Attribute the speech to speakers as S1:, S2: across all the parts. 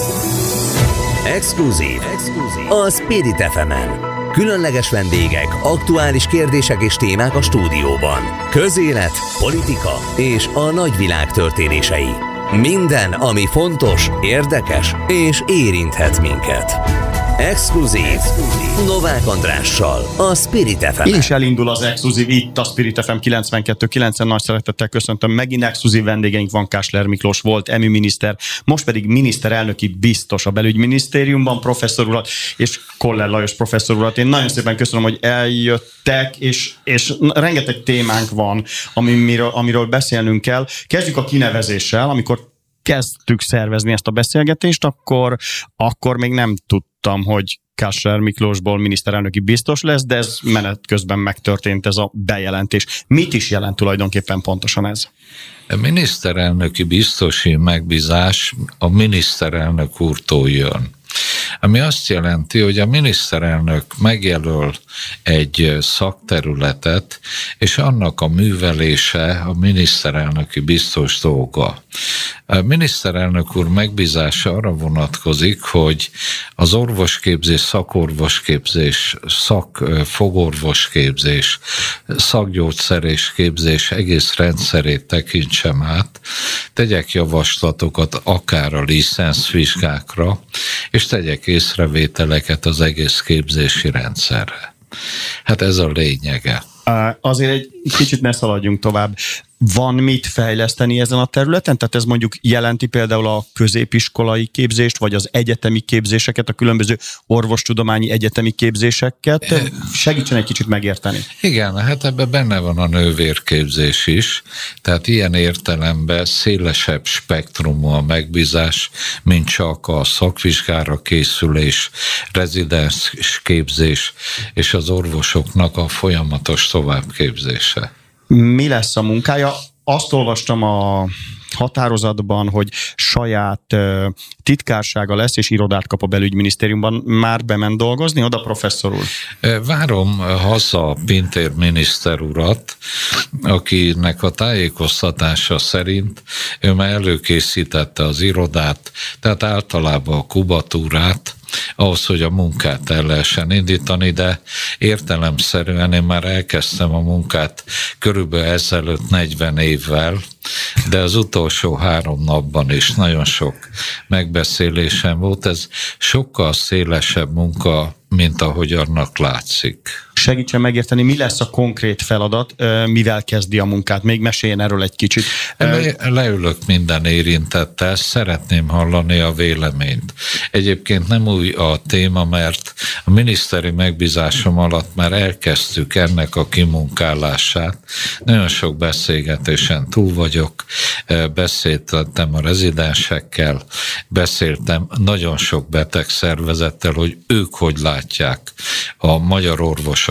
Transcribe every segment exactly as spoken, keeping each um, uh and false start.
S1: Exkluzív. A Spirit ef emen. Különleges vendégek, aktuális kérdések és témák a stúdióban. Közélet, politika és a nagyvilág történései. Minden, ami fontos, érdekes és érinthet minket. Exkluzív. Novák Andrással, a Spirit ef emen.
S2: És elindul az Exkluzív itt a Spirit ef em kilencvenkettő kilencen. Nagy szeretettel köszöntöm. Megint exkluzív vendégeink van. Kásler Miklós volt é em u miniszter, most pedig miniszterelnöki biztos a belügyminisztériumban, professzor urat, és Koller Lajos professzor urat. Én nagyon szépen köszönöm, hogy eljöttek, és, és rengeteg témánk van, amiről, amiről beszélnünk kell. Kezdjük a kinevezéssel. Amikor kezdtük szervezni ezt a beszélgetést, akkor, akkor még nem tudtam, hogy Kásler Miklósból miniszterelnöki biztos lesz, de ez menet közben megtörtént, ez a bejelentés. Mit is jelent tulajdonképpen pontosan ez?
S3: A miniszterelnöki biztosi megbízás a miniszterelnök úrtól jön. Ami azt jelenti, hogy a miniszterelnök megjelöl egy szakterületet, és annak a művelése a miniszterelnöki biztos dolga. A miniszterelnök úr megbízása arra vonatkozik, hogy az orvosképzés, szakorvosképzés, szakfogorvosképzés, szakgyógyszerés képzés egész rendszerét tekintsem át, tegyek javaslatokat akár a licenszvizsgákra, és tegyek észrevételeket az egész képzési rendszerre. Hát ez a lényege.
S2: Azért egy kicsit ne szaladjunk tovább. Van mit fejleszteni ezen a területen? Tehát ez mondjuk jelenti például a középiskolai képzést, vagy az egyetemi képzéseket, a különböző orvostudományi egyetemi képzéseket? Segítsen egy kicsit megérteni.
S3: Igen, hát ebben benne van a nővérképzés is, tehát ilyen értelemben szélesebb spektrumú a megbízás, mint csak a szakvizsgára készülés, rezidens képzés és az orvosoknak a folyamatos továbbképzése.
S2: Mi lesz a munkája? Azt olvastam a határozatban, hogy saját uh, titkársága lesz, és irodát kap a belügyminisztériumban. Már bement dolgozni oda, professzor úr?
S3: Várom haza Pintér miniszter urat, akinek a tájékoztatása szerint ő már előkészítette az irodát, tehát általában a kubatúrát, ahhoz, hogy a munkát el lehessen indítani, de értelemszerűen én már elkezdtem a munkát körülbelül ezelőtt negyven évvel, de az utolsó három napban is nagyon sok megbeszélésem volt. Ez sokkal szélesebb munka, mint ahogy annak látszik.
S2: Segítsen megérteni, mi lesz a konkrét feladat, mivel kezdi a munkát? Még meséljen erről egy kicsit.
S3: Le, leülök minden érintettel, szeretném hallani a véleményt. Egyébként nem új a téma, mert a miniszteri megbízásom alatt már elkezdtük ennek a kimunkálását. Nagyon sok beszélgetésen túl vagyok, beszéltem a rezidensekkel, beszéltem nagyon sok betegszervezettel, hogy ők hogy látják a magyar orvosok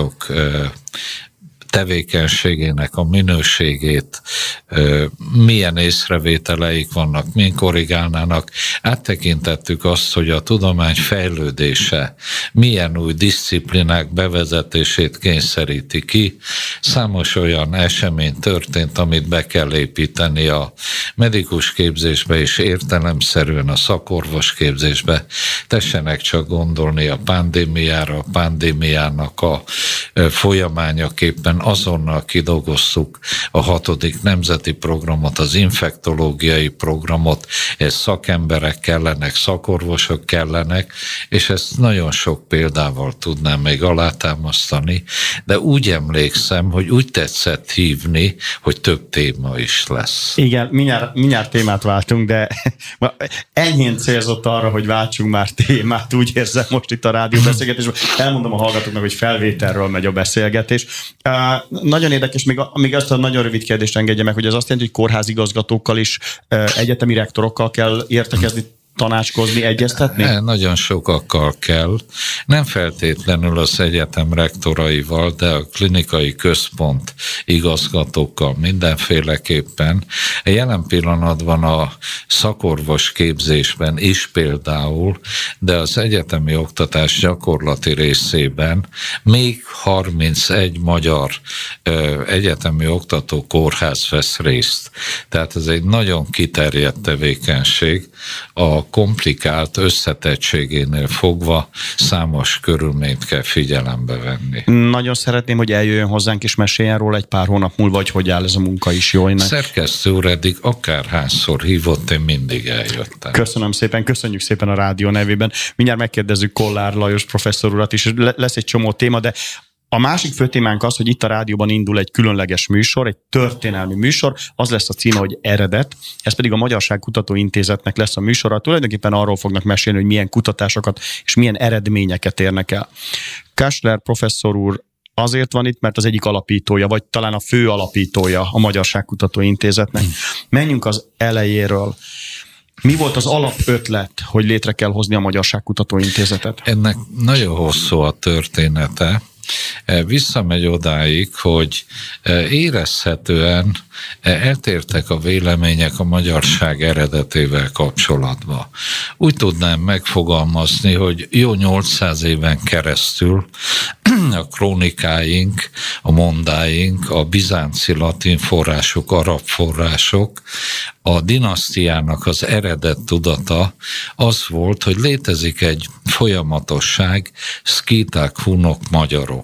S3: tevékenységének a minőségét, milyen észrevételeik vannak, milyen korrigálnának. Áttekintettük azt, hogy a tudomány fejlődése milyen új disziplinák bevezetését kényszeríti ki. Számos olyan esemény történt, amit be kell építeni a medikus képzésbe, és értelemszerűen a szakorvos képzésbe. Tessenek csak gondolni a pandémiára, a pandémiának a folyamányaképpen azonnal kidolgoztuk a hatodik nemzeti programot, az infektológiai programot, ez szakemberek kellenek, szakorvosok kellenek, és ezt nagyon sok példával tudnám még alátámasztani, de úgy emlékszem, hogy úgy tetszett hívni, hogy több téma is lesz.
S2: Igen, mindjárt, mindjárt témát váltunk, de enyhén célzott arra, hogy váltsunk már témát, úgy érzem most itt a rádióbeszélgetésben. Elmondom a hallgatóknak, hogy felvételről megy a beszélgetés. Uh, nagyon érdekes, még, még azt a nagyon rövid kérdést engedje meg, hogy ez azt jelenti, hogy kórházigazgatókkal is, uh, egyetemi rektorokkal kell értekezni, tanácskozni, egyeztetni?
S3: Ne, nagyon sokakkal kell. Nem feltétlenül az egyetem rektoraival, de a klinikai központ igazgatókkal mindenféleképpen. Jelen pillanatban a szakorvos képzésben is például, de az egyetemi oktatás gyakorlati részében még harmincegy magyar ö, egyetemi oktató kórház vesz részt. Tehát ez egy nagyon kiterjedt tevékenység. A komplikált összetettségénél fogva számos körülményt kell figyelembe venni.
S2: Nagyon szeretném, hogy eljöjjön hozzánk és meséljen róla egy pár hónap múlva, hogy hogy áll ez a munka is jó.
S3: Szerkesztő úr eddig akárhányszor hívott, én mindig eljöttem.
S2: Köszönöm szépen, köszönjük szépen a rádió nevében. Mindjárt megkérdezzük Kollár Lajos professzor urat is, lesz egy csomó téma, de a másik fő témánk az, hogy itt a rádióban indul egy különleges műsor, egy történelmi műsor, az lesz a címe, hogy Eredet, ez pedig a Magyarság Kutató Intézetnek lesz a műsora. Tulajdonképpen arról fognak mesélni, hogy milyen kutatásokat és milyen eredményeket érnek el. Kásler professzor úr azért van itt, mert az egyik alapítója, vagy talán a fő alapítója a Magyarság Kutató Intézetnek. Menjünk az elejéről. Mi volt az alapötlet, hogy létre kell hozni a Magyarság Kutató Intézetet?
S3: Ennek nagyon hosszú a története. Visszamegy odáig, hogy érezhetően eltértek a vélemények a magyarság eredetével kapcsolatban. Úgy tudnám megfogalmazni, hogy jó nyolcszáz éven keresztül a krónikáink, a mondáink, a bizánci latin források, arab források, a dinasztiának az eredet tudata az volt, hogy létezik egy folyamatosság, szkíták, hunok, magyarok.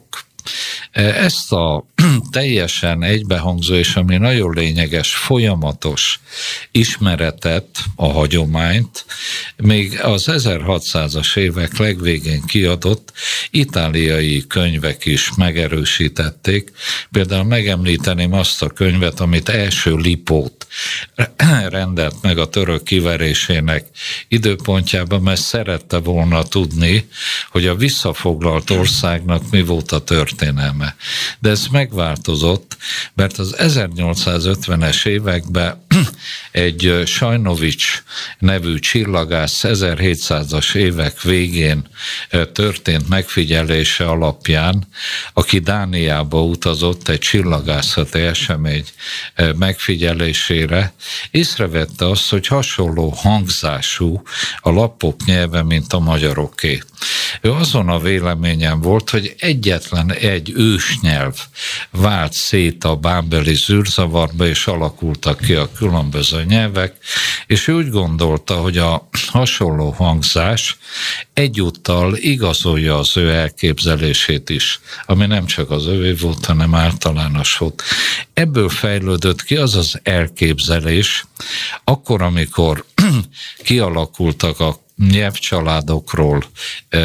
S3: Ezt a teljesen egybehangzó és ami nagyon lényeges, folyamatos ismeretet, a hagyományt még az ezerhatszázas évek legvégén kiadott itáliai könyvek is megerősítették. Például megemlíteném azt a könyvet, amit első Lipót rendelt meg a török kiverésének időpontjában, mert szerette volna tudni, hogy a visszafoglalt országnak mi volt a történelme. De ez megváltozott, mert az ezernyolcszázötvenes években egy Sajnovics nevű csillagász ezerhétszázas évek végén történt megfigyelése alapján, aki Dániába utazott egy csillagászati esemény megfigyelésére, észrevette azt, hogy hasonló hangzású a lapok nyelve, mint a magyaroké. Ő azon a véleményen volt, hogy egyetlen egy ősnyelv vált szét a bábeli zűrzavarba, és alakultak ki a különböző nyelvek, és ő úgy gondolta, hogy a hasonló hangzás egyúttal igazolja az ő elképzelését is, ami nem csak az övé volt, hanem általános volt. Ebből fejlődött ki az az elképzelés, akkor, amikor kialakultak a nyelvcsaládokról ö,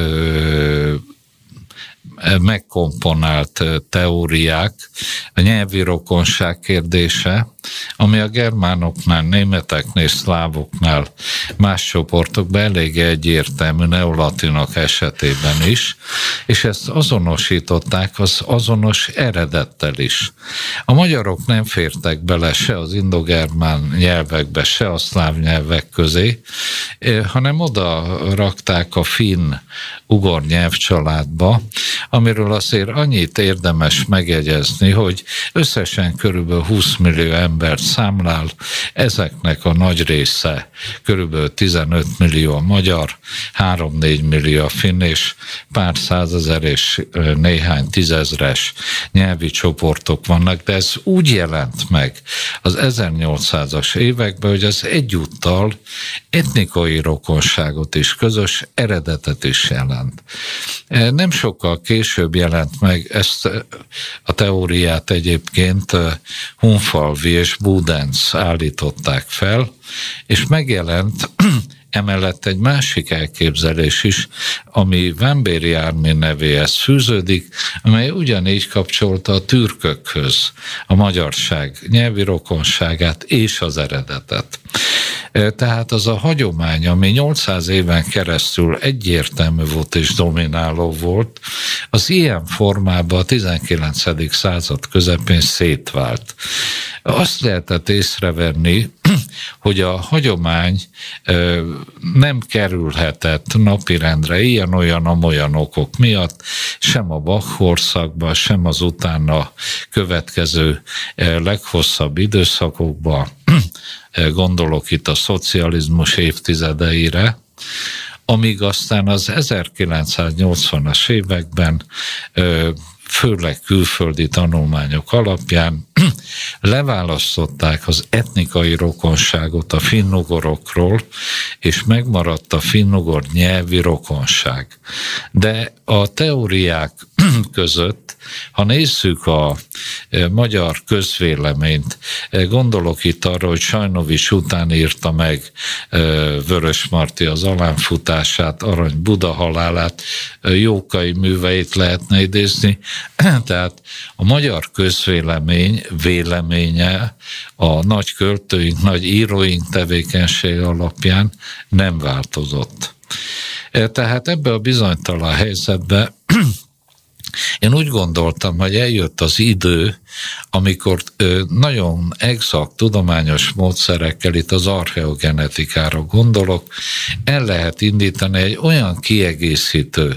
S3: ö, megkomponált teóriák, a nyelvi rokonság kérdése, ami a germánoknál, németeknél, szlávoknál, más csoportokban elég egyértelmű, neolatinok esetében is, és ezt azonosították az azonos eredettel is. A magyarok nem fértek bele se az indogermán nyelvekbe, se a szláv nyelvek közé, hanem oda rakták a finn-ugor nyelvcsaládba, amiről azért annyit érdemes megjegyezni, hogy összesen körülbelül húsz millió embert számlál, ezeknek a nagy része körülbelül tizenöt millió a magyar, három-négy millió a finn, és pár százezer és néhány tízezres nyelvi csoportok vannak, de ez úgy jelent meg az ezernyolcszázas években, hogy az egyúttal etnikai rokonságot is, közös eredetet is jelent. Nem sokkal később jelent meg ezt a teóriát egyébként Hunfalvi és Budenz állították fel, és megjelent emellett egy másik elképzelés is, ami Vámbéry Ármin nevéhez fűződik, amely ugyanígy kapcsolta a türkökhöz a magyarság nyelvi rokonságát és az eredetet. Tehát az a hagyomány, ami nyolcszáz éven keresztül egyértelmű volt és domináló volt, az ilyen formában a tizenkilencedik század közepén szétvált. Azt lehetett észrevenni, hogy a hagyomány nem kerülhetett napirendre ilyen-olyan-amolyan okok miatt, sem a Bach korszakban, sem az utána következő leghosszabb időszakokban, gondolok itt a szocializmus évtizedeire, amíg aztán az ezerkilencszáznyolcvanas években főleg külföldi tanulmányok alapján leválasztották az etnikai rokonságot a finnugorokról, és megmaradt a finnugor nyelvi rokonság. De a teóriák között, ha nézzük a magyar közvéleményt, gondolok itt arra, hogy Sajnovics után írta meg Vörösmarty az alánfutását, Arany Buda halálát, Jókai műveit lehetne idézni, tehát a magyar közvélemény véleménye a nagy költőink, nagy íróink tevékenysége alapján nem változott. Tehát ebbe a bizonytalan helyzetbe én úgy gondoltam, hogy eljött az idő, amikor nagyon exakt tudományos módszerekkel, itt az archeogenetikára gondolok, el lehet indítani egy olyan kiegészítő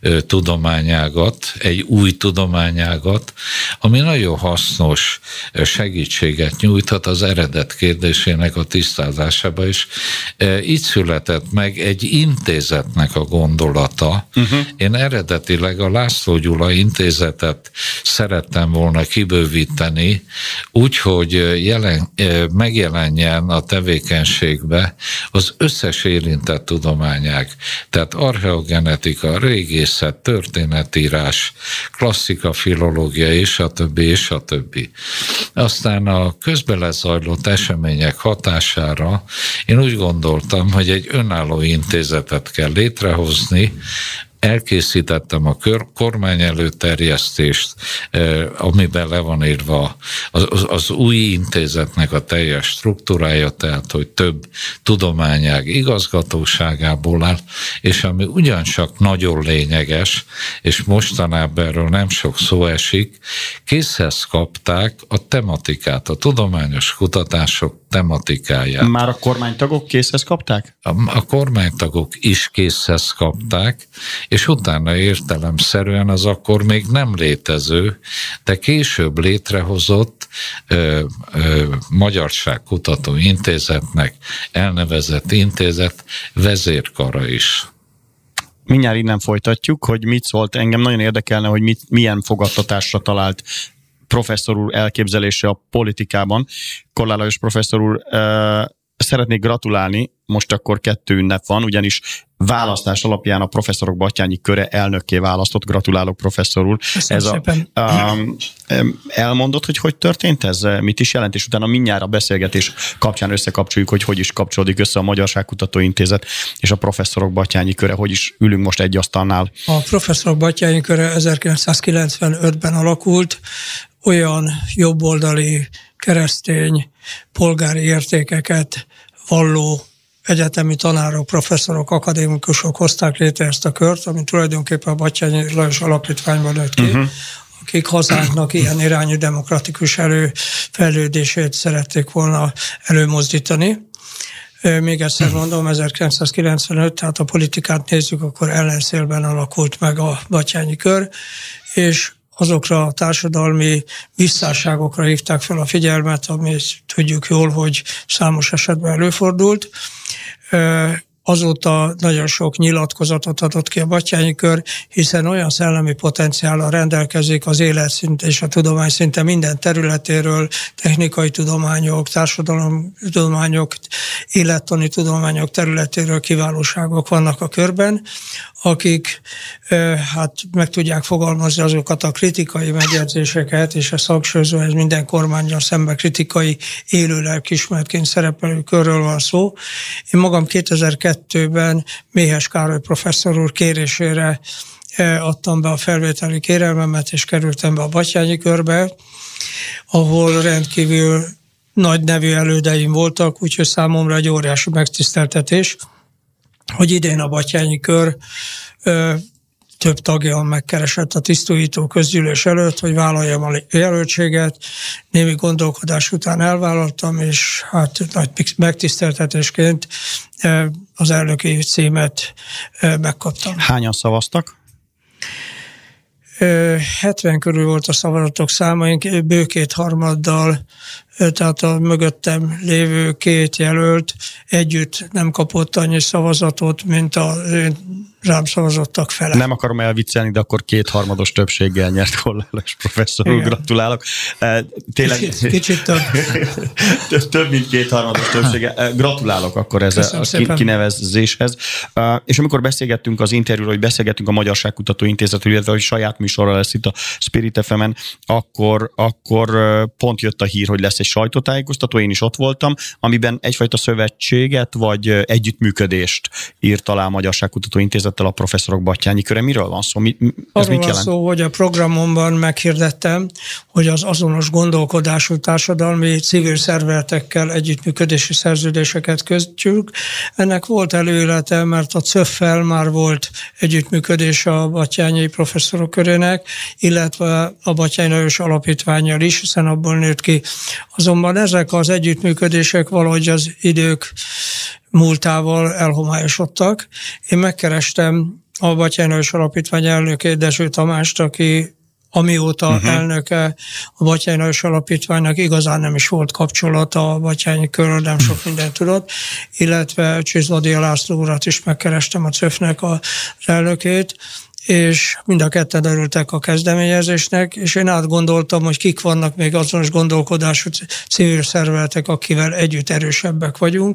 S3: tudományágat, egy új tudományágat, ami nagyon hasznos segítséget nyújthat az eredet kérdésének a tisztázásába is. Így született meg egy intézetnek a gondolata. Uh-huh. Én eredetileg a László Gyula intézetet szerettem volna kibővíteni, úgyhogy jelen, megjelenjen a tevékenységbe az összes érintett tudományág. Tehát archeogenetika, régészet, történetírás, klasszika, filológia, és a többi, és a többi. Aztán a közben lezajlott események hatására én úgy gondoltam, hogy egy önálló intézetet kell létrehozni. Elkészítettem a kormány előterjesztést, amiben le van írva az, az új intézetnek a teljes struktúrája, tehát hogy több tudományág igazgatóságából áll, és ami ugyancsak nagyon lényeges, és mostanában erről nem sok szó esik, készhez kapták a tematikát, a tudományos kutatások tematikáját.
S2: Már a kormánytagok készhez kapták?
S3: A, a kormánytagok is készhez kapták, és utána értelemszerűen az akkor még nem létező, de később létrehozott ö, ö, Magyarságkutató Intézetnek elnevezett intézet vezérkara is.
S2: Mindjárt innen folytatjuk, hogy mit szólt. Engem nagyon érdekelne, hogy mit, milyen fogadtatásra talált professzor úr elképzelése a politikában. Kollár Lajos professzor úr, uh, szeretnék gratulálni, most akkor kettő ünnep van, ugyanis választás alapján a professzorok Batthyány köre elnökké választott. Gratulálok, professzor úr. Ez a, um, elmondott, hogy hogy történt ez? Mit is jelent? És utána mindjárt a beszélgetés kapcsán összekapcsoljuk, hogy hogy is kapcsolódik össze a Magyarságkutató Intézet és a professzorok Batthyány köre, hogy is ülünk most egy asztalnál.
S4: A professzorok Batthyány köre ezerkilencszázkilencvenötben alakult, olyan jobboldali, keresztény, polgári értékeket valló egyetemi tanárok, professzorok, akadémikusok hozták létre ezt a kört, ami tulajdonképpen a Batthyány Lajos Alapítványban nőtt ki, uh-huh. akik hazánknak ilyen irányú demokratikus előfejlődését szerették volna előmozdítani. Még egyszer mondom, ezerkilencszázkilencvenöt, tehát a politikát nézzük, akkor ellenszélben alakult meg a Batthyányi kör, és azokra a társadalmi visszásságokra hívták fel a figyelmet, ami tudjuk jól, hogy számos esetben előfordult. Azóta nagyon sok nyilatkozatot adott ki a Batthyányi kör, hiszen olyan szellemi potenciállal rendelkezik az életszint és a tudomány szinte minden területéről, technikai tudományok, társadalomtudományok, élettani tudományok területéről kiválóságok vannak a körben, akik hát meg tudják fogalmazni azokat a kritikai megjegyzéseket, és ezt hangsúlyozva, ez minden kormánnyal szemben kritikai élő lelkiismeretként szerepelő körről van szó. Én magam kétezer-kettőben Méhes Károly professzor úr kérésére adtam be a felvételi kérelmemet, és kerültem be a Batthyányi körbe, ahol rendkívül nagy nevű elődeim voltak, úgyhogy számomra egy óriási megtiszteltetés, hogy idén a Batthyányi kör ö, több tagja megkeresett a tisztújító közgyűlés előtt, hogy vállaljam a jelöltséget. Némi gondolkodás után elvállaltam, és hát nagy megtiszteltetésként ö, az elnöki címet ö, megkaptam.
S2: Hányan szavaztak?
S4: hetven körül volt a szavazatok száma, én bő kétharmaddal, tehát a mögöttem lévő két jelölt együtt nem kapott annyi szavazatot, mint a rám szavazottak fele.
S2: Nem akarom elviccelni, de akkor kétharmados többséggel nyert Kolláros professzor úr, gratulálok. Tényleg...
S4: Kicsit, kicsit több.
S2: Több, mint kétharmados többséggel. Gratulálok akkor ez a kinevezéshez. És amikor beszélgettünk az interjúról, hogy beszélgettünk a Magyarságkutató Intézetről, illetve hogy saját műsorra lesz itt a Spirit ef emen, akkor, akkor pont jött a hír, hogy lesz egy sajtótájékoztató, én is ott voltam, amiben egyfajta szövetséget vagy együttműködést írt alá a Magyarságkutató Intézettel a professzorok Batthyány köre. Miről van szó? Mi, ez
S4: Arról
S2: mit jelent?
S4: van szó, hogy a programomban meghirdettem, hogy az azonos gondolkodású társadalmi civil szervezetekkel együttműködési szerződéseket kötjük. Ennek volt előélete, mert a cöffel már volt együttműködés a Batthyányi professzorok körének, illetve a Batthyány Lajos Alapítvánnyal is, hiszen abból nőtt ki. Azonban ezek az együttműködések valahogy az idők múltával elhomályosodtak. Én megkerestem a Batthyány Lajos Alapítvány elnökét, Dezső Tamást, aki amióta uh-huh. elnöke a Batthyány Lajos Alapítványnak, igazán nem is volt kapcsolata a Batthyányi körről, nem sok mindent tudott, illetve Csizmadia László urat is megkerestem, a cöfnek az elnökét, és mind a ketten örültek a kezdeményezésnek, és én átgondoltam, hogy kik vannak még azonos gondolkodású civil szervezetek, akivel együtt erősebbek vagyunk,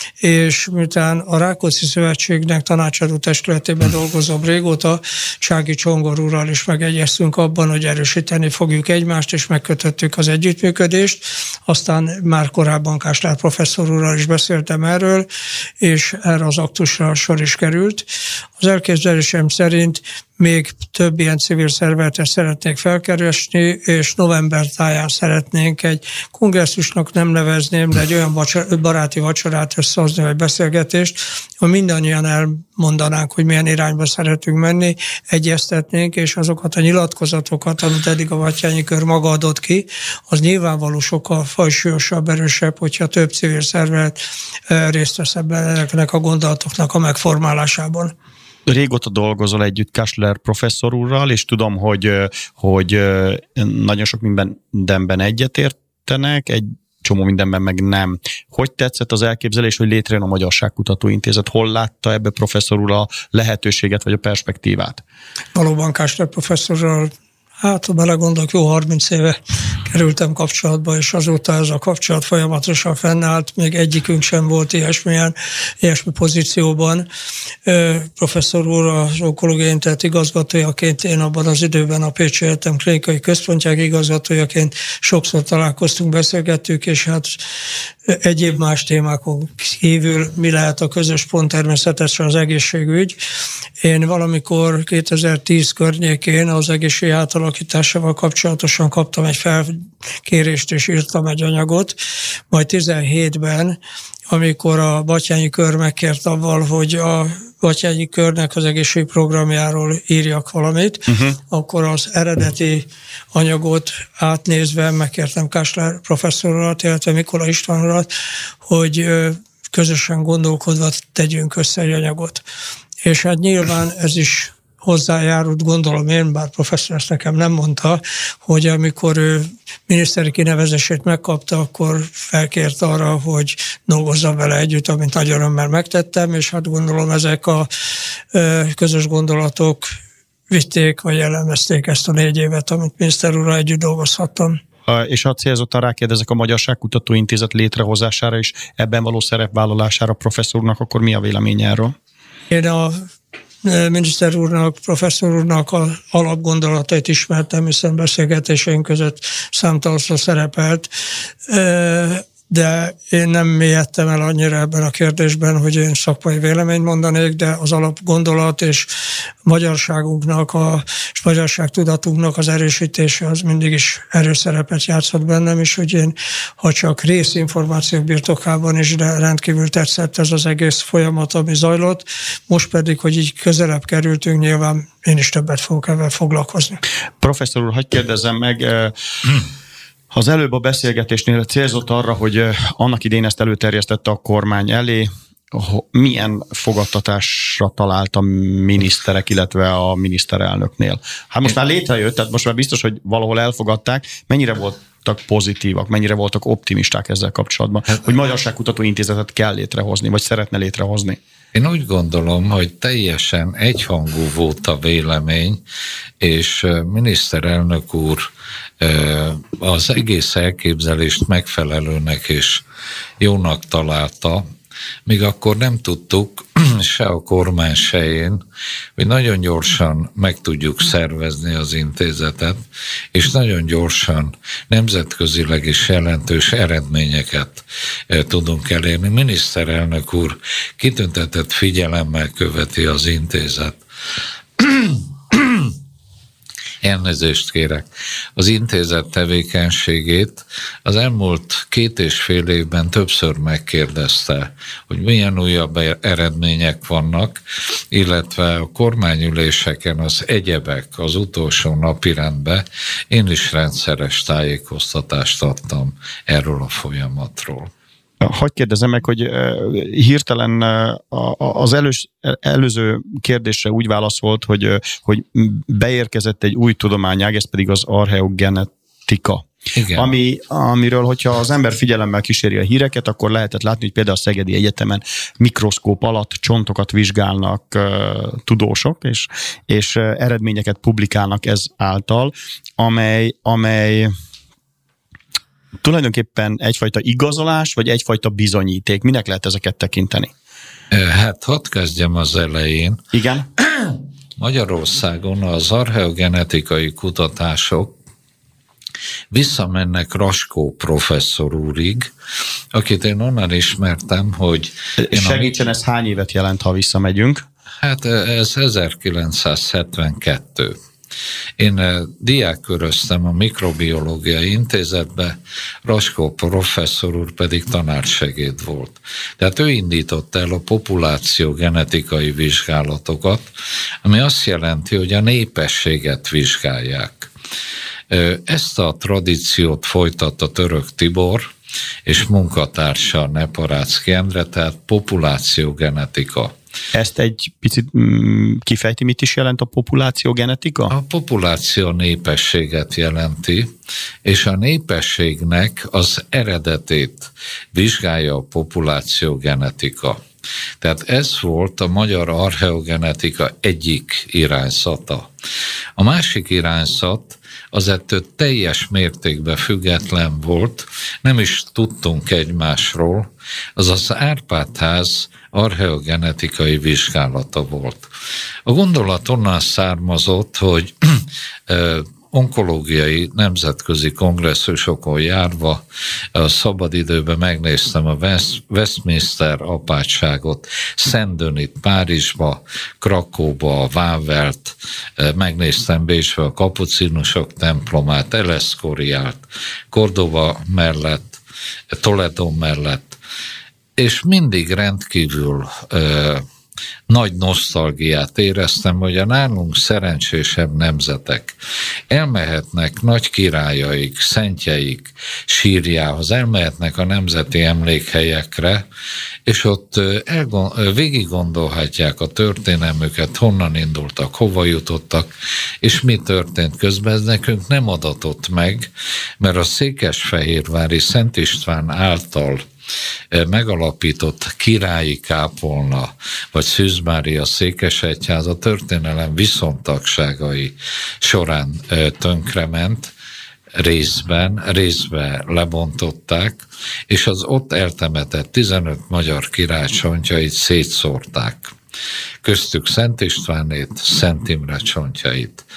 S4: és miután a Rákóczi Szövetségnek tanácsadó testületében dolgozom régóta, Csági Csongor úrral is megegyeztünk abban, hogy erősíteni fogjuk egymást, és megkötöttük az együttműködést. Aztán már korábban Kásler professzor úrral is beszéltem erről, és erre az aktusra sor is került. Az elképzelésem szerint még több ilyen civil szervezetet szeretnék felkeresni, és november táján szeretnénk egy kongresszusnak nem nevezném, de egy olyan vacsor, baráti vacsorát összehozni, vagy beszélgetést, hogy mindannyian elmondanánk, hogy milyen irányba szeretünk menni, egyeztetnénk, és azokat a nyilatkozatokat, amit eddig a Batthyányi kör maga adott ki, az nyilvánvaló sokkal fajsúlyosabb, erősebb, hogyha több civil szervezet részt vesz ebben ezeknek a gondolatoknak a megformálásában.
S2: Régóta dolgozol együtt Kásler professzor úrral, és tudom, hogy, hogy nagyon sok mindenben egyetértenek, egy csomó mindenben meg nem. Hogy tetszett az elképzelés, hogy létrejön a Magyarságkutató Intézet? Hol látta ebbe professzor úr a lehetőséget, vagy a perspektívát?
S4: Valóban Kásler professzorral, hát ha belegondolok, jó harminc éve kerültem kapcsolatba, és azóta ez a kapcsolat folyamatosan fennállt, még egyikünk sem volt ilyesmilyen, ilyesmi pozícióban. Professzor úr az Onkológiai Intézet igazgatójaként, én abban az időben a Pécsi Egyetem klinikai központjának igazgatójaként sokszor találkoztunk, beszélgettük, és hát egyéb más témákon kívül mi lehet a közös pont, természetesen az egészségügy. Én valamikor kétezer-tíz környékén az egészségügy átalakításával kapcsolatosan kaptam egy felkérést, és írtam egy anyagot, majd tizenhétben, amikor a Batthyányi kör megkért avval, hogy a Batthyányi körnek az egészségügyi programjáról írjak valamit, uh-huh. akkor az eredeti anyagot átnézve megkértem Kásler professzor urat, illetve Mikola István urat, hogy közösen gondolkodva tegyünk össze egy anyagot. És hát nyilván ez is hozzájárult, gondolom én, bár professzor ezt nekem nem mondta, hogy amikor ő miniszteri kinevezését megkapta, akkor felkért arra, hogy dolgozzam vele együtt, amit nagy örömmel megtettem, és hát gondolom ezek a közös gondolatok vitték, vagy elemezték ezt a négy évet, amit miniszter úrral együtt dolgozhattam.
S2: És ha célzottan rákérdezek a Magyarságkutató Intézet létrehozására és ebben való szerepvállalására professzor úrnak, akkor mi a véleménye erről?
S4: Én a miniszter úrnak, professzor úrnak az alapgondolatait ismertem, hiszen beszélgetéseink között számtalanszor szerepelt, de én nem mélyedtem el annyira ebben a kérdésben, hogy én szakmai véleményt mondanék, de az alapgondolat és magyarságunknak, a, és magyarságtudatunknak az erősítése az mindig is erős szerepet játszott bennem, és hogy én, ha csak részinformációk birtokában is, de rendkívül tetszett ez az egész folyamat, ami zajlott. Most pedig, hogy így közelebb kerültünk, nyilván én is többet fogok ebben foglalkozni.
S2: Professzor úr, hadd kérdezzem meg, hmm. Az előbb a beszélgetésnél célzott arra, hogy annak idén ezt előterjesztette a kormány elé, milyen fogadtatásra talált a miniszterek, illetve a miniszterelnöknél. Hát most már létrejött, tehát most már biztos, hogy valahol elfogadták. Mennyire voltak pozitívak, mennyire voltak optimisták ezzel kapcsolatban, hogy Magyarságkutató Intézetet kell létrehozni, vagy szeretne létrehozni?
S3: Én úgy gondolom, hogy teljesen egyhangú volt a vélemény, és miniszterelnök úr az egész elképzelést megfelelőnek és jónak találta, míg akkor nem tudtuk, se a kormány, se én, hogy nagyon gyorsan meg tudjuk szervezni az intézetet, és nagyon gyorsan nemzetközileg is jelentős eredményeket tudunk elérni. Miniszterelnök úr kitüntetett figyelemmel követi az intézet. Elnézést kérek. Az intézet tevékenységét az elmúlt két és fél évben többször megkérdezte, hogy milyen újabb eredmények vannak, illetve a kormányüléseken az egyebek, az utolsó napirendben én is rendszeres tájékoztatást adtam erről a folyamatról.
S2: Hadd kérdezem meg, hogy hirtelen az elős, előző kérdésre úgy válaszolt, hogy, hogy beérkezett egy új tudományág, ez pedig az archeogenetika.
S3: Igen. Ami,
S2: amiről, hogyha az ember figyelemmel kíséri a híreket, akkor lehetett látni, hogy például a Szegedi Egyetemen mikroszkóp alatt csontokat vizsgálnak uh, tudósok, és, és uh, eredményeket publikálnak ez által, amely, amely tulajdonképpen egyfajta igazolás, vagy egyfajta bizonyíték? Minek lehet ezeket tekinteni?
S3: Hát hadd kezdjem az elején.
S2: Igen.
S3: Magyarországon az archeogenetikai kutatások visszamennek Raskó professzor úrig, akit én onnan ismertem, hogy... Én
S2: segítsen, a... ez hány évet jelent, ha visszamegyünk?
S3: Hát ez ezerkilencszázhetvenkettő. Én diákköröztem a Mikrobiológiai Intézetbe, Raskó professzor úr pedig tanácssegéd volt. Tehát ő indította el a populáció genetikai vizsgálatokat, ami azt jelenti, hogy a népességet vizsgálják. Ezt a tradíciót folytatta Török Tibor, és munkatársa Neparáczky Endre, tehát populációgenetika.
S2: Ezt egy picit mm, kifejti, mit is jelent a populációgenetika?
S3: A populáció népességet jelenti, és a népességnek az eredetét vizsgálja a populációgenetika. Tehát ez volt a magyar archeogenetika egyik irányzata. A másik irányzat az ettől teljes mértékben független volt, nem is tudtunk egymásról, az az Árpád-ház archeogenetikai vizsgálata volt. A gondolat onnan származott, hogy onkológiai nemzetközi kongresszusokon járva a szabadidőben megnéztem a Westminster apátságot, Szent-Denist Párizsba, Krakóba, a Wawelt, megnéztem Bécsbe a kapucinusok templomát, Eleszkoriát, Cordova mellett, Toledo mellett, és mindig rendkívül ö, nagy nosztalgiát éreztem, hogy a nálunk szerencsésebb nemzetek elmehetnek nagy királyaik, szentjeik sírjához, elmehetnek a nemzeti emlékhelyekre, és ott elgond, végig gondolhatják a történelmüket, honnan indultak, hova jutottak, és mi történt közben. Ez nekünk nem adatott meg, mert a székesfehérvári Szent István által megalapított királyi kápolna, vagy Szűz Mária székesegyház a történelem viszontagságai során tönkrement, részben, részben lebontották, és az ott eltemetett tizenöt magyar király csontjait szétszórták. Köztük Szent Istvánét, Szent Imre csontjait.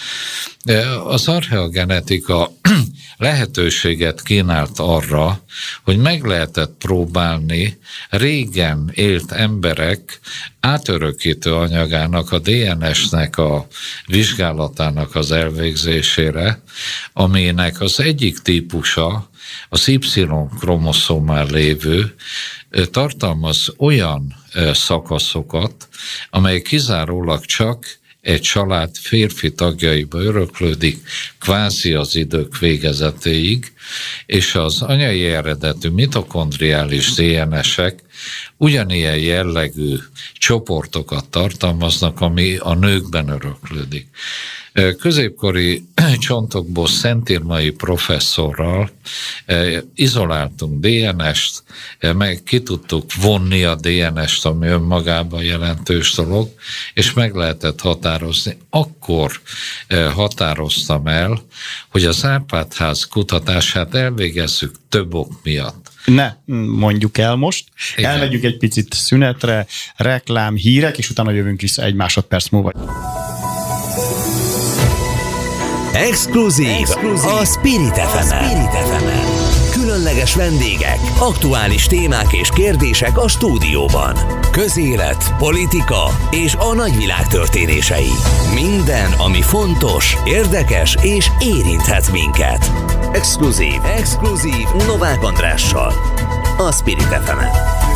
S3: Az archeogenetika lehetőséget kínált arra, hogy meg lehetett próbálni régen élt emberek átörökítő anyagának, a dé en es-nek a vizsgálatának az elvégzésére, aminek az egyik típusa, az Y-kromoszómán lévő, tartalmaz olyan szakaszokat, amely kizárólag csak egy család férfi tagjaiba öröklődik, kvázi az idők végezetéig, és az anyai eredetű mitokondriális dé en es-ek ugyanilyen jellegű csoportokat tartalmaznak, ami a nőkben öröklődik. Középkori csontokból Szentírmai professzorral izoláltunk dé en est, meg ki tudtuk vonni a dé en est, ami önmagában jelentős dolog, és meg lehetett határozni. Akkor határoztam el, hogy az Árpád-ház kutatását elvégezzük több ok miatt.
S2: Ne mondjuk el most.
S3: Igen.
S2: Elmegyünk egy picit szünetre, reklám, hírek, és utána jövünk vissza egy másodperc múlva.
S1: Exkluzív, Exkluzív a Spirit ef emen. Különleges vendégek, aktuális témák és kérdések a stúdióban. Közélet, politika és a nagyvilág történései. Minden, ami fontos, érdekes és érinthet minket. Exkluzív, Exkluzív Novák Andrással. A Spirit ef emen.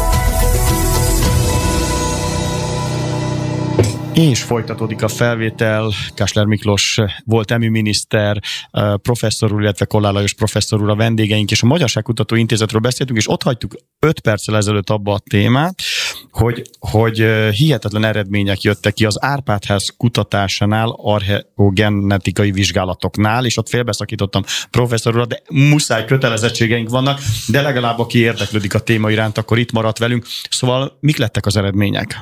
S2: És folytatódik a felvétel. Kásler Miklós volt é em u miniszter, professzor úr, illetve Kollár Lajos professzor úr a vendégeink, és a Magyarságkutató Intézetről beszéltünk, és ott hagytuk öt perccel ezelőtt abba a témát, hogy, hogy hihetetlen eredmények jöttek ki az Árpád-ház kutatásánál, archeogenetikai vizsgálatoknál, és ott félbeszakítottam professzor urat, de muszáj, kötelezettségeink vannak, de legalább aki érdeklődik a téma iránt, akkor itt maradt velünk. Szóval mik lettek az eredmények?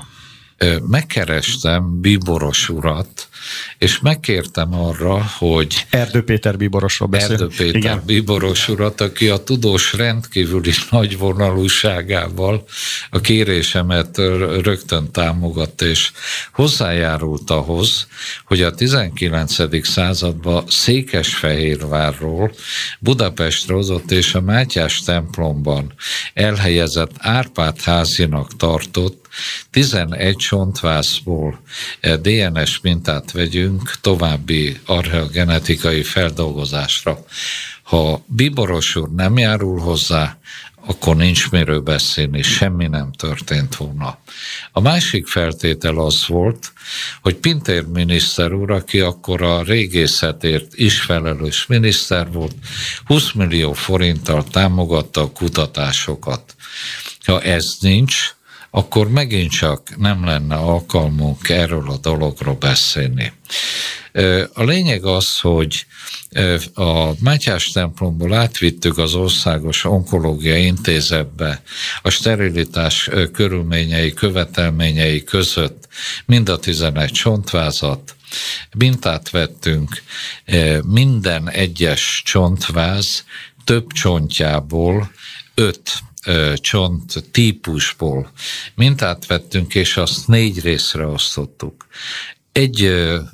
S3: Megkerestem Bíboros urat, és megkértem arra, hogy...
S2: Erdő Péter Bíborosról beszél.
S3: Erdő Péter Igen. Bíboros urat, aki a tudós rendkívüli nagyvonalúságával a kérésemet rögtön támogatta, és hozzájárult ahhoz, hogy a tizenkilencedik században Székesfehérvárról Budapestre hozott és a Mátyás templomban elhelyezett Árpád-házinak tartott tizenegy csontvázból dé en es mintát vegyünk további archeogenetikai feldolgozásra. Ha Bíboros úr nem járul hozzá, akkor nincs miről beszélni, semmi nem történt volna. A másik feltétel az volt, hogy Pintér miniszter úr, aki akkor a régészetért is felelős miniszter volt, húsz millió forinttal támogatta a kutatásokat. Ha ez nincs, akkor megint csak nem lenne alkalmunk erről a dologról beszélni. A lényeg az, hogy a Mátyás templomból átvittük az Országos Onkológiai Intézetbe a sterilitás körülményei, követelményei között mind a tizenegy csontvázat, mintát vettünk, minden egyes csontváz több csontjából öt csont típusból mintát vettünk, és azt négy részre osztottuk. Egy,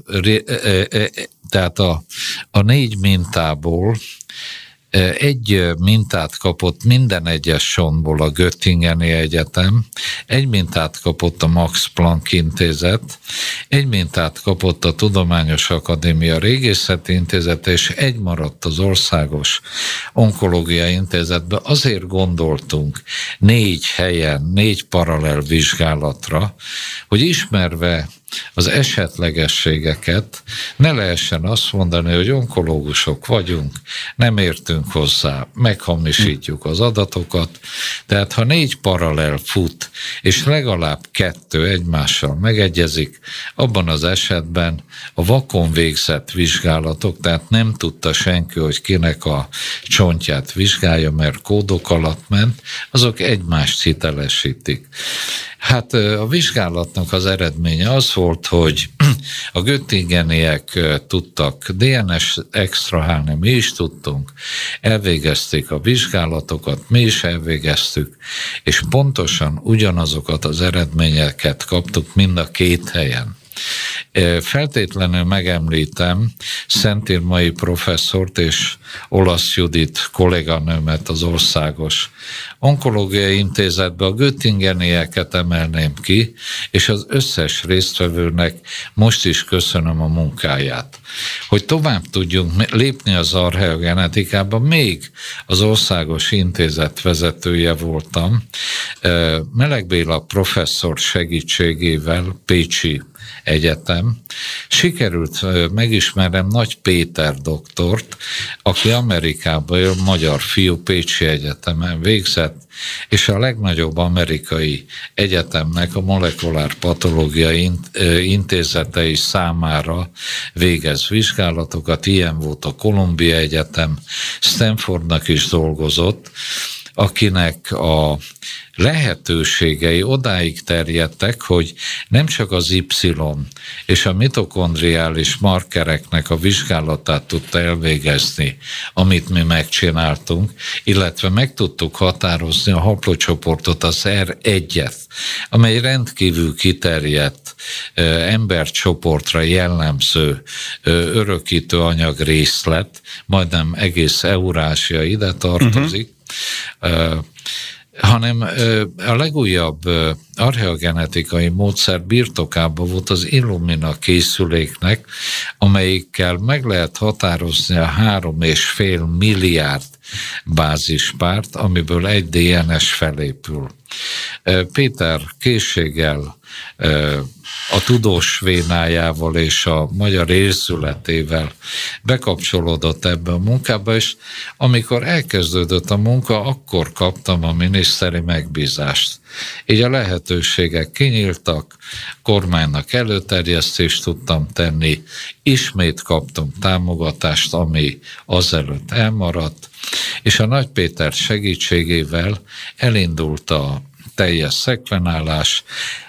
S3: tehát a, a négy mintából egy mintát kapott minden egyes csontból a Göttingeni Egyetem, egy mintát kapott a Max Planck Intézet, egy mintát kapott a Tudományos Akadémia Régészeti Intézet, és egy maradt az Országos Onkológiai Intézetbe. Azért gondoltunk négy helyen, négy paralel vizsgálatra, hogy ismerve az esetlegességeket ne lehessen azt mondani, hogy onkológusok vagyunk, nem értünk hozzá, meghamisítjuk az adatokat, tehát ha négy paralel fut, és legalább kettő egymással megegyezik, abban az esetben a vakon végzett vizsgálatok, tehát nem tudta senki, hogy kinek a csontját vizsgálja, mert kódok alatt ment, azok egymást hitelesítik. Hát a vizsgálatnak az eredménye az volt, hogy a göttingeniek tudtak dé en es extrahálni, mi is tudtunk, elvégezték a vizsgálatokat, mi is elvégeztük, és pontosan ugyanazokat az eredményeket kaptuk mind a két helyen. Feltétlenül megemlítem Szentírmai professzort és Olasz Judit kolléganőmet az Országos Onkológiai Intézetbe, a göttingenieket emelném ki, és az összes résztvevőnek most is köszönöm a munkáját. Hogy tovább tudjunk lépni az archeogenetikában, még az Országos Intézet vezetője voltam, Meleg Béla professzor segítségével, pécsi Egyetem. Sikerült megismernem Nagy Péter doktort, aki Amerikában él, magyar fiú, Pécsi Egyetemen végzett, és a legnagyobb amerikai egyetemnek a Molekulár Patológia Intézetei számára végez vizsgálatokat. Ilyen volt a Columbia Egyetem, Stanfordnak is dolgozott, akinek a lehetőségei odáig terjedtek, hogy nem csak az Y és a mitokondriális markereknek a vizsgálatát tudta elvégezni, amit mi megcsináltunk, illetve meg tudtuk határozni a haplocsoportot, az er egyet, amely rendkívül kiterjedt embercsoportra jellemző örökítő anyag részlet, majdnem egész Eurázsia ide tartozik, uh-huh. hanem a legújabb archeogenetikai módszer birtokában volt az Illumina készüléknek, amelyikkel meg lehet határozni a három és fél milliárd bázispárt, amiből egy dé en es felépül. Péter készséggel, a tudós vénájával és a magyar érzületével bekapcsolódott ebbe a munkába, és amikor elkezdődött a munka, akkor kaptam a miniszteri megbízást. Így a lehetőségek kinyíltak, kormánynak előterjesztést tudtam tenni, ismét kaptunk támogatást, ami azelőtt elmaradt, és a Nagy Péter segítségével elindult a teljes szekvenálás,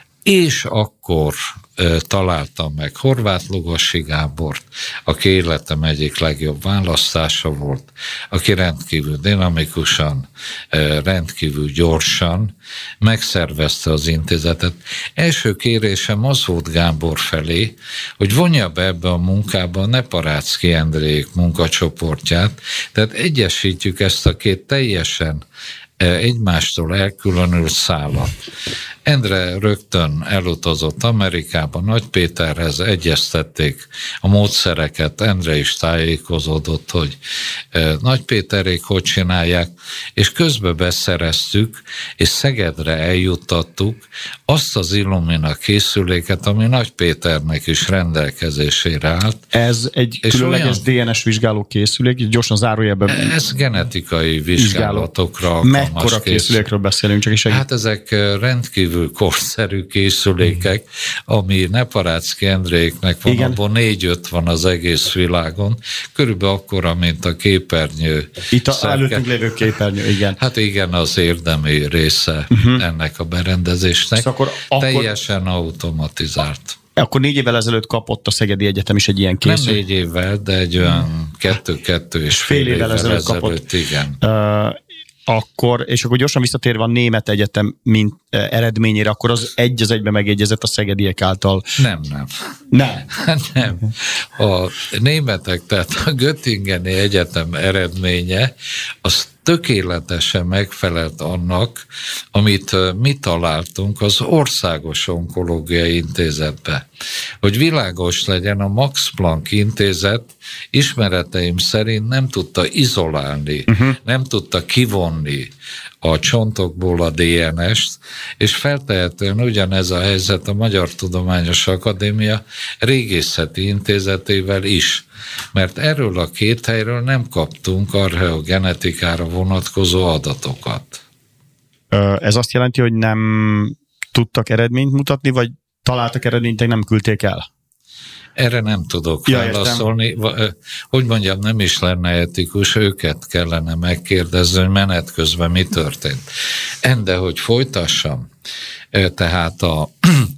S3: és akkor ö, találtam meg Horváth Lugasi Gábort, aki életem egyik legjobb választása volt, aki rendkívül dinamikusan, ö, rendkívül gyorsan megszervezte az intézetet. Első kérésem az volt Gábor felé, hogy vonja be ebbe a munkába a Neparáczky Endrék munkacsoportját, tehát egyesítjük ezt a két teljesen egymástól elkülönült szálat. Endre rögtön elutazott Amerikába, Nagy Péterhez egyeztették a módszereket, Endre is tájékozódott, hogy Nagy Péterék hogy csinálják, és közben beszereztük, és Szegedre eljuttattuk azt az Illumina készüléket, ami Nagy Péternek is rendelkezésére állt.
S2: Ez egy és különleges olyan... dé en es vizsgáló készülék, gyorsan zárójelben.
S3: Ez genetikai vizsgálatokra.
S2: Mekkora készülékről beszélünk, csak is egy...
S3: Hát ezek rendkívül korszerű készülékek, ami Neparáczky Endréknek van, igen. Abban négy-öt van az egész világon, körülbelül akkora, mint a képernyő.
S2: Itt a előttünk lévő képernyő, igen.
S3: Hát igen, az érdemi része uh-huh. ennek a berendezésnek.
S2: Szóval akkor,
S3: teljesen akkor... automatizált.
S2: Akkor négy évvel ezelőtt kapott a Szegedi Egyetem is egy ilyen készülék.
S3: Nem négy évvel, de egy olyan kettő-kettő és fél, fél évvel, évvel ezelőtt, ezelőtt kapott. Igen.
S2: Uh, Akkor, és akkor gyorsan visszatérve a Német Egyetem mint eh, eredményére, akkor az egy az egyben megegyezett a szegediek által.
S3: Nem, nem.
S2: Nem.
S3: nem. A németek, tehát a Göttingeni Egyetem eredménye, az tökéletesen megfelelt annak, amit mi találtunk az Országos Onkológiai Intézetbe. Hogy világos legyen, a Max Planck Intézet ismereteim szerint nem tudta izolálni, uh-huh. nem tudta kivonni a csontokból a dé en est, és feltehetően ugyanez a helyzet a Magyar Tudományos Akadémia Régészeti Intézetével is. Mert erről a két helyről nem kaptunk archeogenetikára vonatkozó adatokat.
S2: Ez azt jelenti, hogy nem tudtak eredményt mutatni, vagy találtak eredményt, de nem küldték el?
S3: Erre nem tudok ja, válaszolni. Értem. Hogy mondjam, nem is lenne etikus, őket kellene megkérdezni, hogy menet közben mi történt. De hogy folytassam, tehát a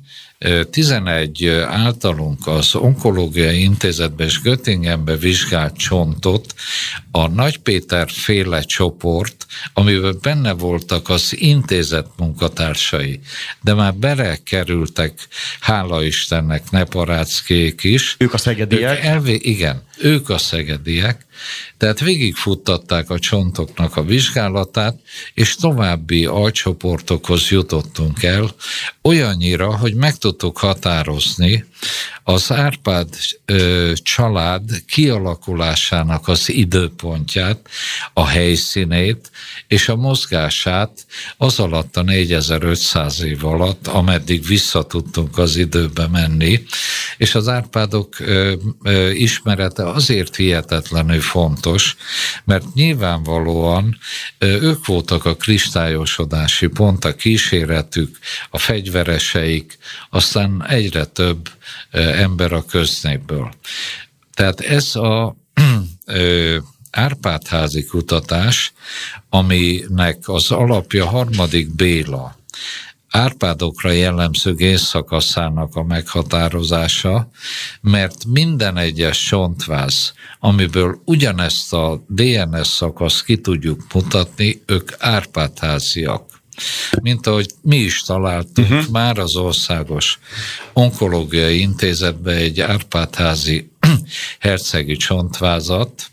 S3: tizenegy általunk az Onkológiai Intézetben és Göttingenbe vizsgált csontot a Nagy Péter féle csoport, amiben benne voltak az intézet munkatársai, de már belekerültek, hála Istennek, Neparáczkék is.
S2: Ők a szegediek?
S3: Ők elvé, igen, ők a szegediek, tehát végigfuttatták a csontoknak a vizsgálatát, és további alcsoportokhoz jutottunk el, olyannyira, hogy meg tudtuk határozni az Árpád ö, család kialakulásának az időpontját, a helyszínét és a mozgását az alatt a négyezer-ötszáz év alatt, ameddig vissza tudtunk az időbe menni, és az Árpádok ö, ö, ismerete azért hihetetlenül fontos, mert nyilvánvalóan ö, ők voltak a kristályosodási pont, a kíséretük, a fegyvereseik, aztán egyre több ö, ember a köznépből. Tehát ez a ö, Árpád-házi kutatás, aminek az alapja Harmadik Béla, Árpádokra jellemző génszakaszának a meghatározása, mert minden egyes csontváz, amiből ugyanezt a dé en es szakaszt ki tudjuk mutatni, ők Árpád-háziak. Mint ahogy mi is találtunk uh-huh. már az Országos Onkológiai Intézetben egy Árpád-házi hercegi csontvázat,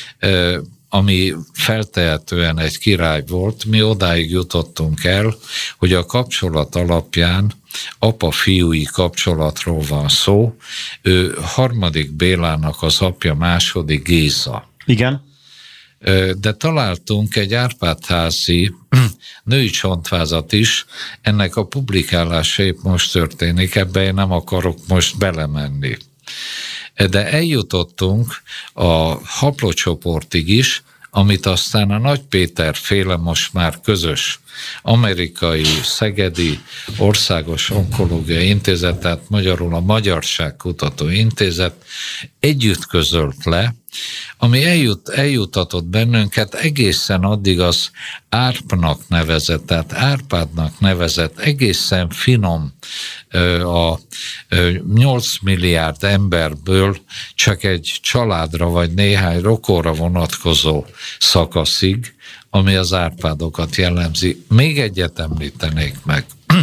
S3: ami feltehetően egy király volt. Mi odáig jutottunk el, hogy a kapcsolat alapján apa-fiúi kapcsolatról van szó. Ő Harmadik Bélának az apja, második Géza.
S2: Igen.
S3: De találtunk egy Árpád-házi női csontvázat is, ennek a publikálása épp most történik, ebbe én nem akarok most belemenni. De eljutottunk a haplócsoportig is, amit aztán a Nagy Péter féle most már közös amerikai, szegedi Országos Onkológiai Intézet, tehát magyarul a Magyarságkutató Intézet együtt közölt le, ami eljut, eljutatott bennünket egészen addig az Árpnak nevezett, tehát Árpádnak nevezett, egészen finom a nyolc milliárd emberből csak egy családra vagy néhány rokonra vonatkozó szakaszig, ami az Árpádokat jellemzi. Még egyet említenék meg.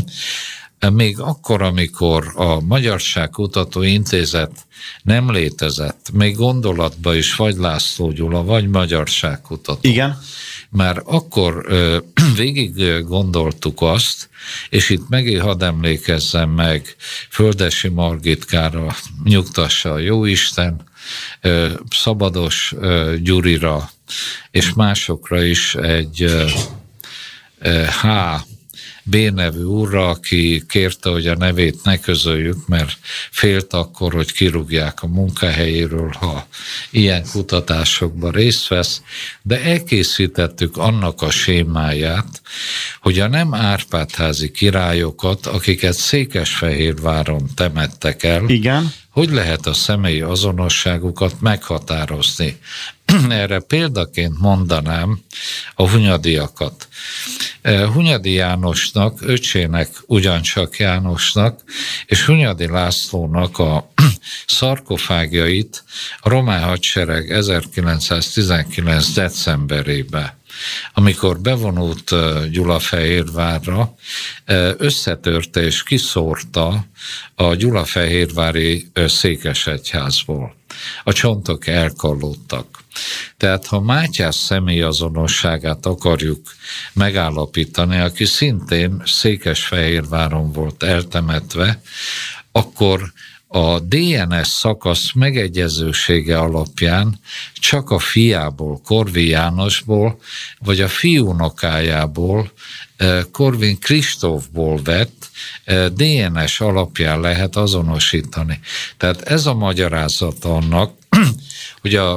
S3: Még akkor, amikor a Magyarságkutató Intézet nem létezett, még gondolatban is vagy László Gyula, vagy Magyarságkutató.
S2: Igen.
S3: Már akkor ö, végig gondoltuk azt, és itt megint hadd emlékezzem meg Földessy Margitkára, nyugtassa a jóisten, ö, Szabados ö, Gyurira, és másokra is egy ö, ö, H. B nevű úrra, aki kérte, hogy a nevét ne közöljük, mert félt akkor, hogy kirúgják a munkahelyéről, ha ilyen kutatásokban részt vesz, de elkészítettük annak a sémáját, hogy a nem Árpád-házi királyokat, akiket Székesfehérváron temettek el,
S2: igen,
S3: hogy lehet a személyi azonosságukat meghatározni. Erre példaként mondanám a Hunyadiakat. Hunyadi Jánosnak, öcsének ugyancsak Jánosnak, és Hunyadi Lászlónak a szarkofágjait a román hadsereg ezerkilencszáztizenkilenc decemberében, amikor bevonult Gyulafehérvárra, összetörte és kiszórta a gyulafehérvári székesegyházból. A csontok elkallódtak. Tehát ha Mátyás személyazonosságát akarjuk megállapítani, aki szintén Székesfehérváron volt eltemetve, akkor a dé en es szakasz megegyezősége alapján csak a fiából, Korvin Jánosból, vagy a fiúnokájából, Korvin Kristófból vett dé en es alapján lehet azonosítani. Tehát ez a magyarázat annak, hogy a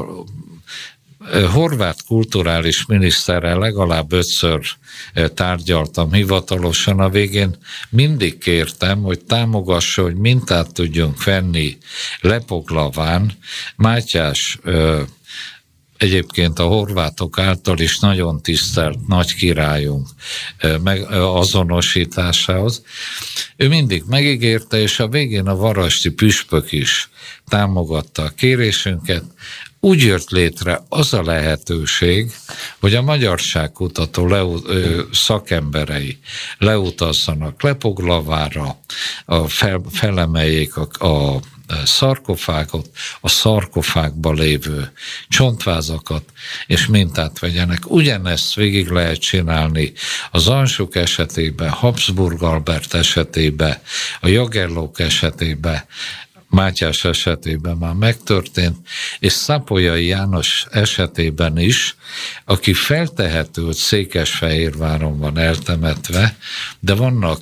S3: horvát kulturális miniszterrel legalább ötször tárgyaltam hivatalosan, a végén mindig kértem, hogy támogassa, hogy mintát tudjunk venni Lepoglaván. Mátyás egyébként a horvátok által is nagyon tisztelt nagy királyunk meg, azonosításához. Ő mindig megígérte, és a végén a varasti püspök is támogatta a kérésünket. Úgy jött létre az a lehetőség, hogy a Magyarságkutató leu, szakemberei leutazzanak Lepoglavára, a fel, felemeljék a, a szarkofágot, a szarkofágban lévő csontvázakat, és mintát vegyenek. Ugyanezt végig lehet csinálni az Anjouk esetében, Habsburg Albert esetében, a Jagellók esetében, Mátyás esetében már megtörtént, és Szapolyai János esetében is, aki feltehető, hogy Székesfehérváron van eltemetve, de vannak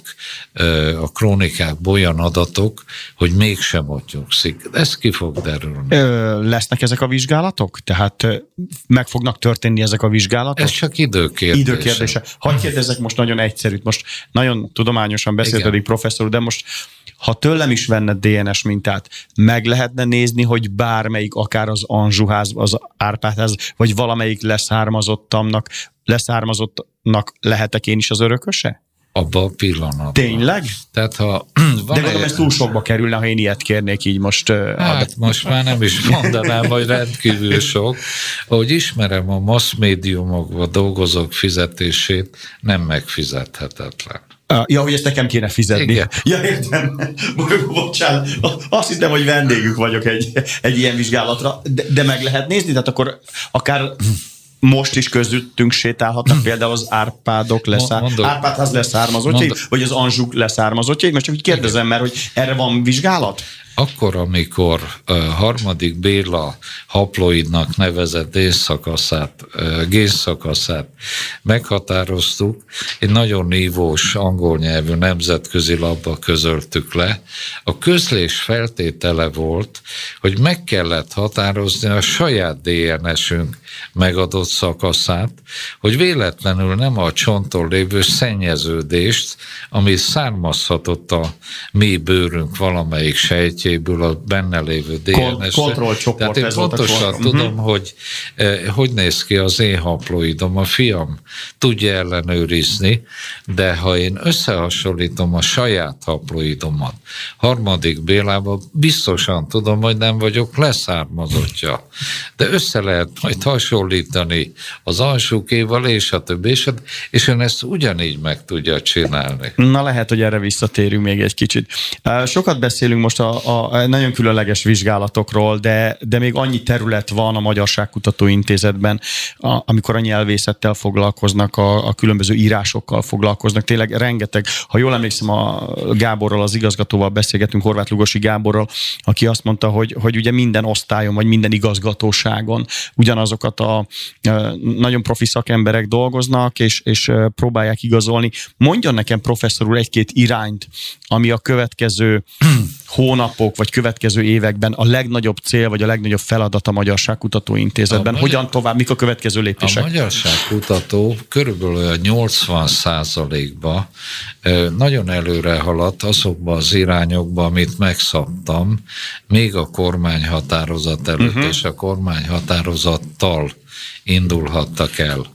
S3: ö, a krónikákban olyan adatok, hogy mégsem ott nyugszik. Ez ki fog derülni.
S2: Ö, lesznek ezek a vizsgálatok? Tehát ö, meg fognak történni ezek a vizsgálatok?
S3: Ez csak időkérdése.
S2: Időkérdése. Hadd kérdezzek most nagyon egyszerűt, most nagyon tudományosan beszéltedik professzor, de most ha tőlem is venne dé en es mintát, meg lehetne nézni, hogy bármelyik, akár az Anjouház, az Árpádház, vagy valamelyik leszármazottamnak, leszármazottnak lehetek én is az örököse?
S3: Abban a pillanatban.
S2: Tényleg?
S3: Tehát ha
S2: de gondolom, ez túl sokba kerülne, ha én ilyet kérnék így most.
S3: Hát ad... most már nem is mondanám, hogy rendkívül sok. Ahogy ismerem a mass médiumokban dolgozók fizetését, nem megfizethetetlen.
S2: Ja, hogy ezt nekem kéne fizetni.
S3: Igen.
S2: Ja, értem. Bocsánat. Azt hittem, hogy vendégük vagyok egy, egy ilyen vizsgálatra. De, de meg lehet nézni? Tehát akkor akár most is közöttünk sétálhatnak például az Árpádok leszár... Árpádház leszármazottjai, vagy az Anjouk leszármazottjai? Most csak úgy kérdezem, mert hogy erre van vizsgálat?
S3: Akkor, amikor uh, harmadik Béla haploidnak nevezett génszakaszát, uh, génszakaszát meghatároztuk, egy nagyon nívós angol nyelvű nemzetközi labba közöltük le. A közlés feltétele volt, hogy meg kellett határozni a saját dé en es-ünk megadott szakaszát, hogy véletlenül nem a csonton lévő szennyeződést, ami származhatott a mi bőrünk valamelyik sejtjéből, a benne lévő dé en es-re.
S2: Kontrollcsoport.
S3: Tehát én pontosan tudom, uh-huh. hogy eh, hogy néz ki az én haploidom. A fiam tudja ellenőrizni, de ha én összehasonlítom a saját haploidomat harmadik Bélában, biztosan tudom, hogy nem vagyok leszármazottja. De össze lehet majd hasonlítani az Anjoukéval, és a többi, és, és ön ezt ugyanígy meg tudja csinálni.
S2: Na lehet, hogy erre visszatérünk még egy kicsit. Sokat beszélünk most a, a nagyon különleges vizsgálatokról, de, de még annyi terület van a Magyarságkutató Intézetben, a, amikor a nyelvészettel foglalkoznak, a, a különböző írásokkal foglalkoznak. Tényleg rengeteg, ha jól emlékszem, a Gáborral, az igazgatóval beszélgetünk, Horváth Lugosi Gáborral, aki azt mondta, hogy, hogy ugye minden osztályon, vagy minden igazgatóságon ugyanazokat a nagyon profi szakemberek dolgoznak, és, és próbálják igazolni. Mondjon nekem, professzor úr, egy-két irányt, ami a következő hónapok, vagy következő években a legnagyobb cél, vagy a legnagyobb feladat a Magyarságkutató Intézetben. A Hogyan magyar... tovább? Mik a következő lépések?
S3: A Magyarságkutató körülbelül a nyolcvan százalékba nagyon előre haladt azokba az irányokba, amit megszabtam, még a kormányhatározat előtt, uh-huh. és a kormányhatározattal indulhattak el.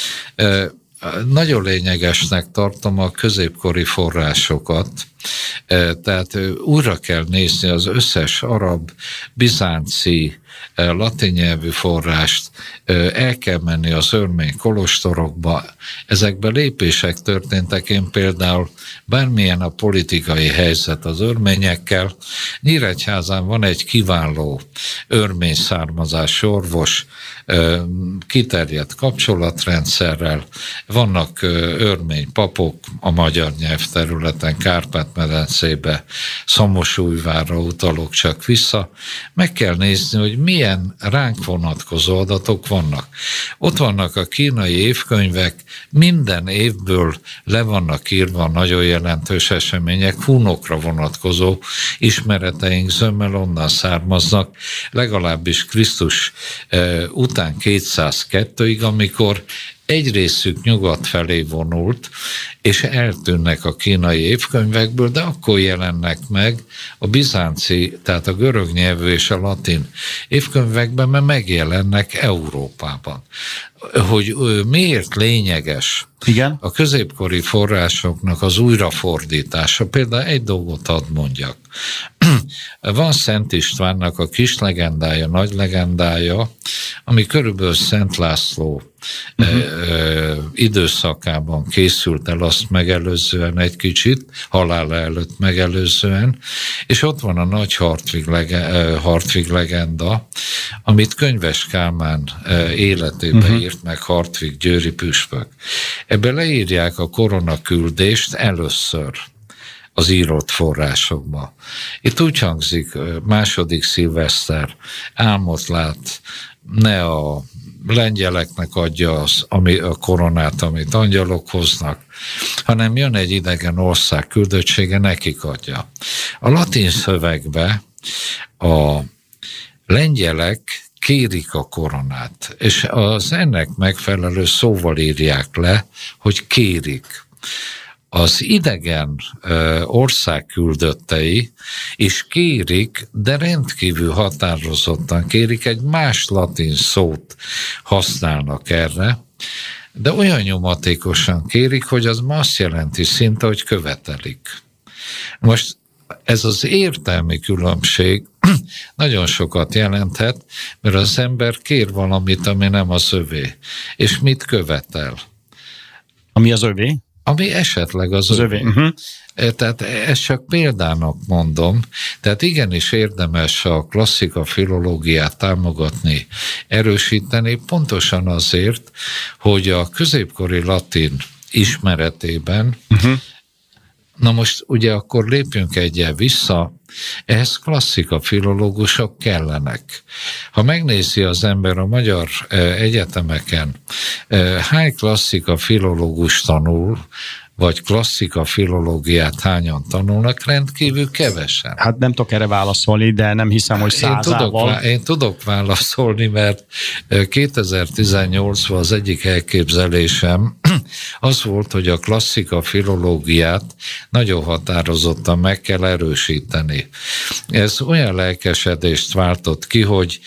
S3: Nagyon lényegesnek tartom a középkori forrásokat, tehát újra kell nézni az összes arab, bizánci, latin nyelvű forrást, el kell menni az örmény kolostorokba. Ezekben lépések történtek, én például bármilyen a politikai helyzet az örményekkel, Nyíregyházán van egy kiváló örmény származású orvos, kiterjedt kapcsolatrendszerrel, vannak örmény papok a magyar nyelvterületen, Kárpát-medencébe, Szamosújvárra utalok csak vissza. Meg kell nézni, hogy milyen ránk vonatkozó adatok vannak. Ott vannak a kínai évkönyvek, minden évből le vannak írva nagyon jelentős események, hunokra vonatkozó ismereteink zömmel onnan származnak, legalábbis Krisztus eh, után kétszázkettőig, amikor egy részük nyugat felé vonult, és eltűnnek a kínai évkönyvekből, de akkor jelennek meg a bizánci, tehát a görög nyelvű és a latin évkönyvekben, mert megjelennek Európában. Hogy miért lényeges
S2: Igen?
S3: a középkori forrásoknak az újrafordítása? Például egy dolgot hadd mondjak. Van Szent Istvánnak a kis legendája, nagy legendája, ami körülbelül Szent László uh-huh. eh, időszakában készült el, azt megelőzően egy kicsit, halála előtt megelőzően, és ott van a nagy Hartwig, lege, eh, Hartwig legenda, amit Könyves Kálmán eh, életében uh-huh. írt meg Hartwig győri püspök. Ebben leírják a koronaküldést először. az írott forrásokba. Itt úgy hangzik, második szilveszter, álmot lát, ne a lengyeleknek adja az, ami, a koronát, amit angyalok hoznak, hanem jön egy idegen ország küldöttsége, nekik adja. A latin szövegbe a lengyelek kérik a koronát, és az ennek megfelelő szóval írják le, hogy kérik. Az idegen ö, ország küldöttei is kérik, de rendkívül határozottan kérik, egy más latin szót használnak erre, de olyan nyomatékosan kérik, hogy az azt jelenti szinte, hogy követelik. Most ez az értelmi különbség nagyon sokat jelenthet, mert az ember kér valamit, ami nem az övé. És mit követel?
S2: Ami az övé?
S3: Ami esetleg az,
S2: az
S3: övé.
S2: övé. Uh-huh.
S3: Tehát ezt csak példának mondom. Tehát igenis érdemes a klasszika filológiát támogatni, erősíteni, pontosan azért, hogy a középkori latin ismeretében uh-huh. Na most ugye akkor lépjünk egyel vissza, ehhez klasszika filológusok kellenek. Ha megnézi az ember a magyar egyetemeken, hány klasszika filológus tanul, vagy klasszika filológiát hányan tanulnak, rendkívül kevesen.
S2: Hát nem tudok erre válaszolni, de nem hiszem, hogy százával.
S3: Én tudok, én tudok válaszolni, mert kétezer-tizennyolcban az egyik elképzelésem az volt, hogy a klasszika filológiát nagyon határozottan meg kell erősíteni. Ez olyan lelkesedést váltott ki, hogy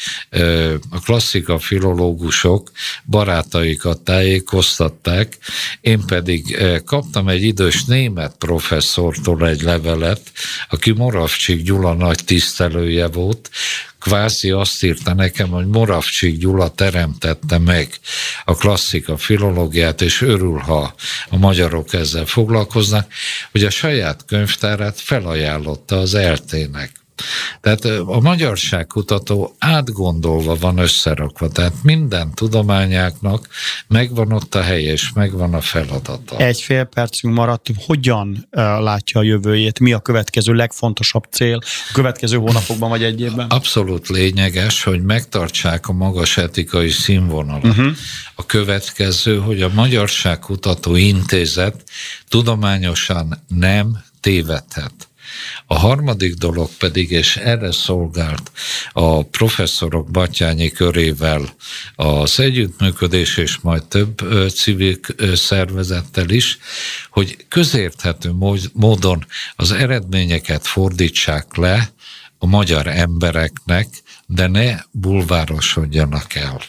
S3: a klasszika filológusok barátaikat tájékoztatták, én pedig kaptam egy idős német professzortól egy levelet, aki Moravcsik Gyula nagy tisztelője volt, kvázi azt írta nekem, hogy Moravcsik Gyula teremtette meg a klasszika filológiát, és örül, ha a magyarok ezzel foglalkoznak, hogy a saját könyvtárát felajánlotta az é el té-nek. Tehát a magyarságkutató átgondolva van összerakva, tehát minden tudományáknak megvan ott a helye, és megvan a feladata.
S2: Egy fél percünk maradt, hogyan uh, látja a jövőjét, mi a következő legfontosabb cél a következő hónapokban vagy egy évben?
S3: Abszolút lényeges, hogy megtartsák a magas etikai színvonalat. Uh-huh. A következő, hogy a Magyarságkutató Intézet tudományosan nem tévedhet. A harmadik dolog pedig, és erre szolgált a professzorok Batthyány körével az együttműködés, és majd több civil szervezettel is, hogy közérthető módon az eredményeket fordítsák le a magyar embereknek, de ne bulvárosodjanak el.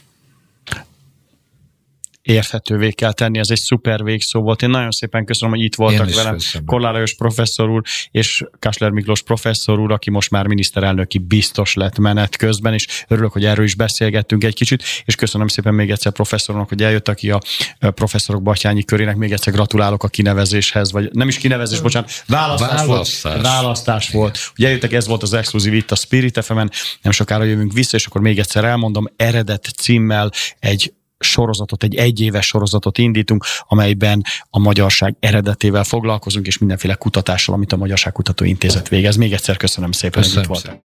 S2: Érthetővé kell tenni, ez egy szuper végszó volt. Én nagyon szépen köszönöm, hogy itt voltak velem. Kollár Lajos professzor úr és Kásler Miklós professzor úr, aki most már miniszterelnöki biztos lett menet közben, és örülök, hogy erről is beszélgettünk egy kicsit, és köszönöm szépen még egyszer professzornak, hogy eljött, aki a professzorok Batthyány körének. Még egyszer gratulálok a kinevezéshez, vagy nem is kinevezés, bocsánat, választás, választás. volt. Választás volt. Ugye eljöttek, ez volt az exkluzív itt a Spirit ef emen, nem sokára jövünk vissza, és akkor még egyszer elmondom, eredet címmel egy sorozatot, egy egyéves sorozatot indítunk, amelyben a magyarság eredetével foglalkozunk, és mindenféle kutatással, amit a Magyarságkutató Intézet végez. Még egyszer köszönöm szépen, hogy itt voltak.